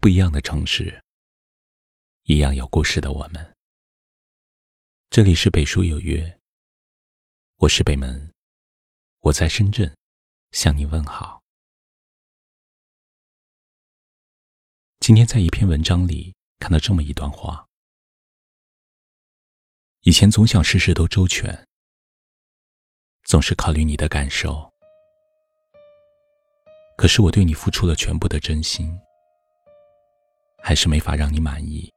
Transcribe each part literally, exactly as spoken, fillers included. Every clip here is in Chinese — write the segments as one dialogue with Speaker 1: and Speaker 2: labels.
Speaker 1: 不一样的城市，一样有故事的我们。这里是北书有约，我是北门，我在深圳向你问好。今天在一篇文章里看到这么一段话：以前总想事事都周全，总是考虑你的感受，可是我对你付出了全部的真心，还是没法让你满意。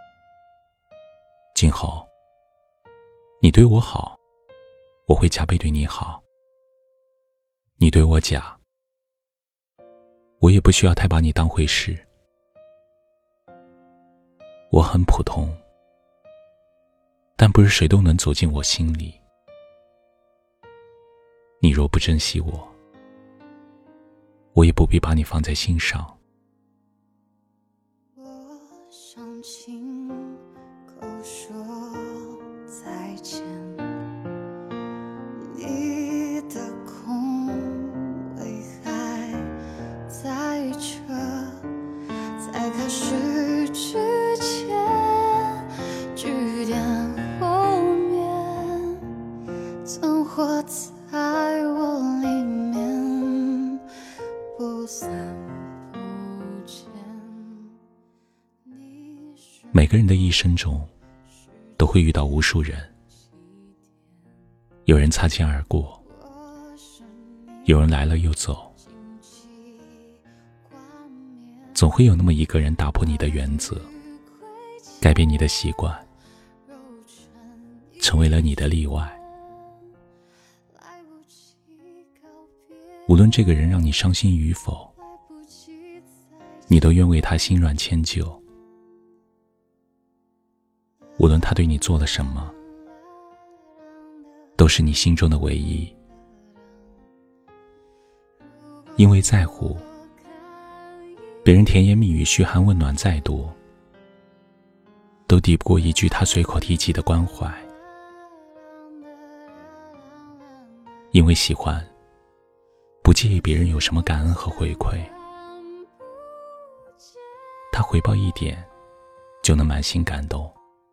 Speaker 1: 今后你对我好，我会加倍对你好；你对我假，我也不需要太把你当回事。我很普通，但不是谁都能走进我心里。你若不珍惜我，我也不必把你放在心上。
Speaker 2: 我想亲口说再见，你的空位还在这，在开始之前，句点后面曾活在我里面，不散不见。
Speaker 1: 每个人的一生中都会遇到无数人，有人擦肩而过，有人来了又走，总会有那么一个人打破你的原则，改变你的习惯，成为了你的例外。无论这个人让你伤心与否，你都愿为他心软迁就。无论他对你做了什么，都是你心中的唯一。因为在乎，别人甜言蜜语嘘寒问暖再多，都抵不过一句他随口提及的关怀。因为喜欢，不介意别人有什么感恩和回馈，他回报一点就能满心感动。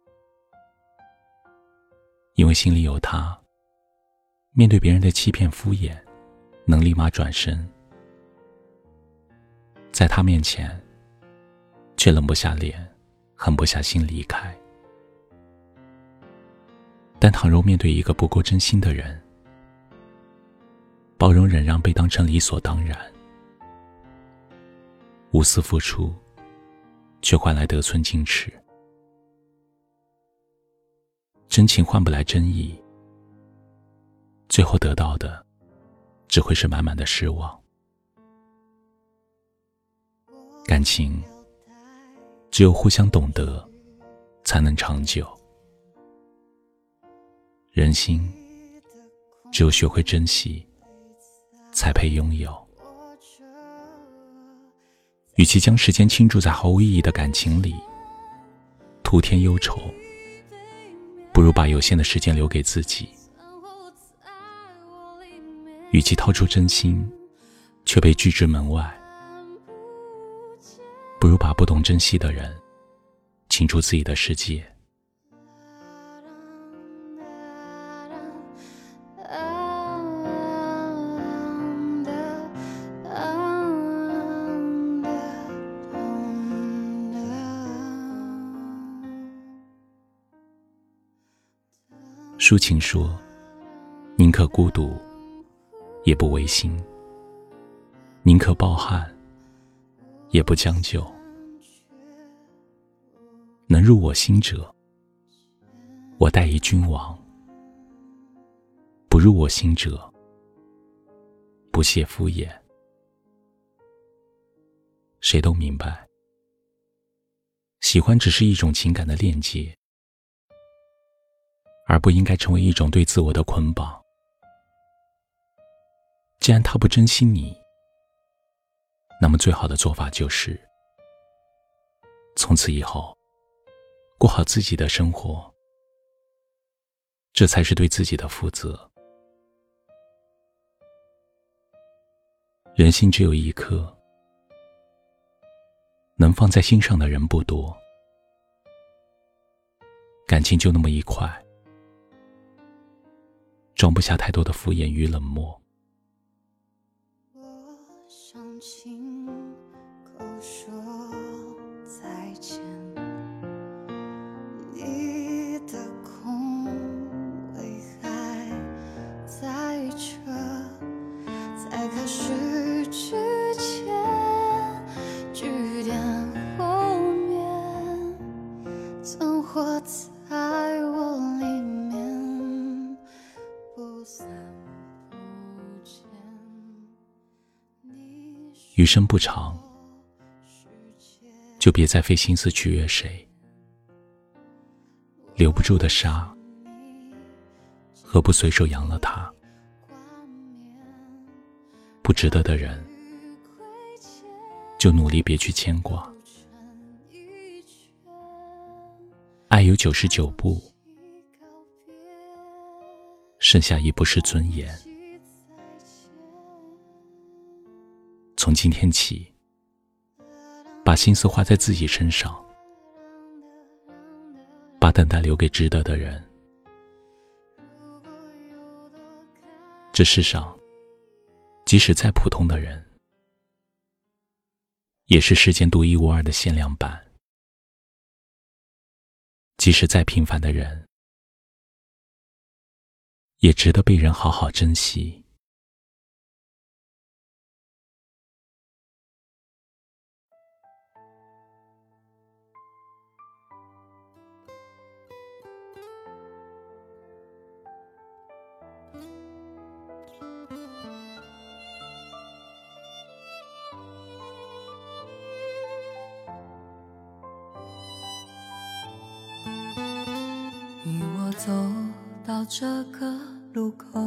Speaker 1: 因为心里有他，面对别人的欺骗敷衍，能立马转身，在他面前却冷不下脸，狠不下心离开。但倘若面对一个不够真心的人，包容忍让被当成理所当然，无私付出却换来得寸进尺。真情换不来真意，最后得到的只会是满满的失望。感情只有互相懂得才能长久，人心只有学会珍惜才配拥有。与其将时间倾注在毫无意义的感情里，徒添忧愁，不如把有限的时间留给自己。与其掏出真心却被拒之门外，不如把不懂珍惜的人请出自己的世界。抒情说，宁可孤独也不违心，宁可抱憾也不将就。能入我心者，我待以君王；不入我心者，不屑敷衍。谁都明白，喜欢只是一种情感的链接，而不应该成为一种对自我的捆绑。既然他不珍惜你，那么最好的做法就是从此以后过好自己的生活，这才是对自己的负责。人心只有一颗， 能放在心上的人不多，感情就那么一块，装不下太多的敷衍与冷漠。
Speaker 2: 我想亲口说再见，你的空位还在这，在开始之前，句点后面曾活在我里面，不散不见。
Speaker 1: 余生不长，就别再费心思取悦谁。留不住的沙，何不随手扬了它？不值得的人，就努力别去牵挂。爱有九十九步，剩下一步是尊严。从今天起，把心思花在自己身上，把等待留给值得的人。这世上，即使再普通的人，也是世间独一无二的限量版；即使再平凡的人，也值得被人好好珍惜。
Speaker 2: 你我走到这个路口，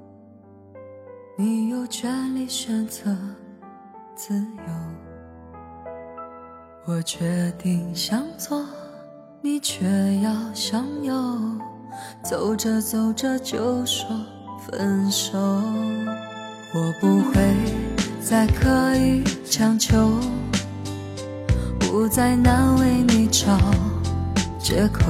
Speaker 2: 你有权利选择自由。我决定向左，你却要向右，走着走着就说分手。我不会再刻意强求，不再难为你找借口。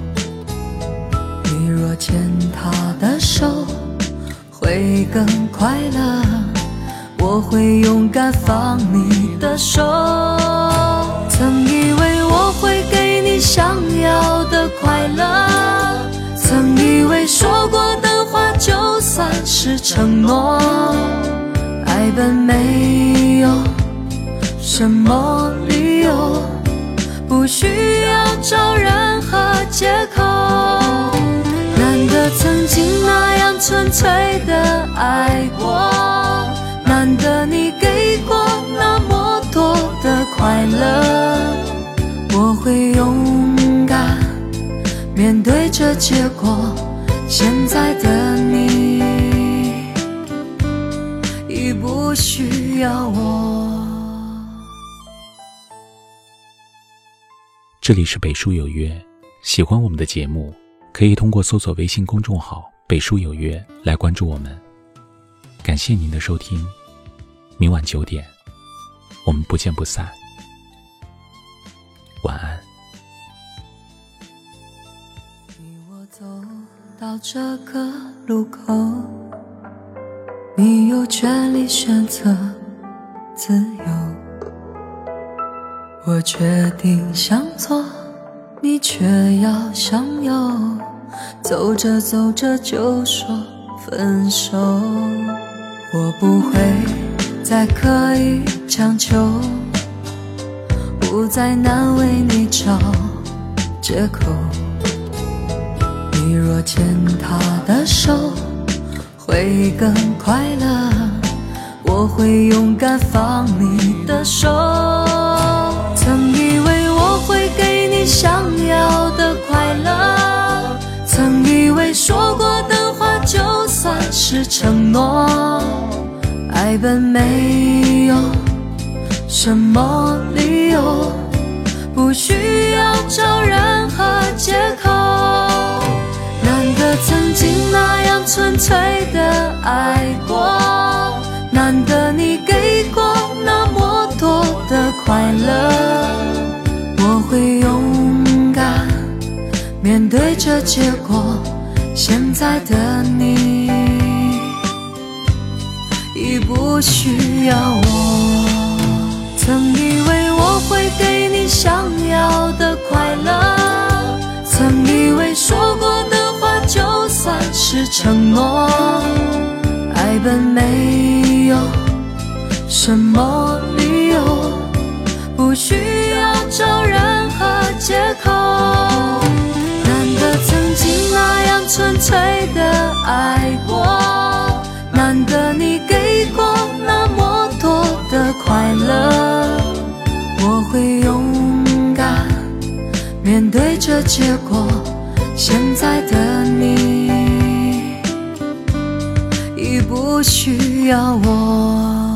Speaker 2: 你若牵他的手，会更快乐，我会勇敢放你的手。曾以为我会给你想要的快乐，曾以为说过的话就算是承诺，爱本没有什么理由，不需要找任何借口。难得曾经那样纯粹的爱过，难得你给过那么多的快乐，我会勇敢面对这结果。现在的你已不需要我。
Speaker 1: 这里是北书有约，喜欢我们的节目，可以通过搜索微信公众号北书有约来关注我们。感谢您的收听，明晚九点我们不见不散。晚安。
Speaker 2: 你我走到这个路口，你有权利选择自由。我决定向左，你却要向右，走着走着就说分手。我不会再刻意强求，不再难为你找借口。你若牵他的手，会更快乐，我会勇敢放你的手。曾以为我会给你想要的快乐，曾以为说过的话就算是承诺，爱本没有什么理由，不需要找任何借口。难得曾经那样纯粹的爱过，难得你给过那么多的快乐， 结果，现在的你已不需要我。曾以为我会给你想要的快乐，曾以为说过的话就算是承诺，爱本没有什么理由，不需要找任何借口。难得曾经那样纯粹的爱过，难得你给过那么多的快乐，我会勇敢面对这结果，现在的你已不需要我。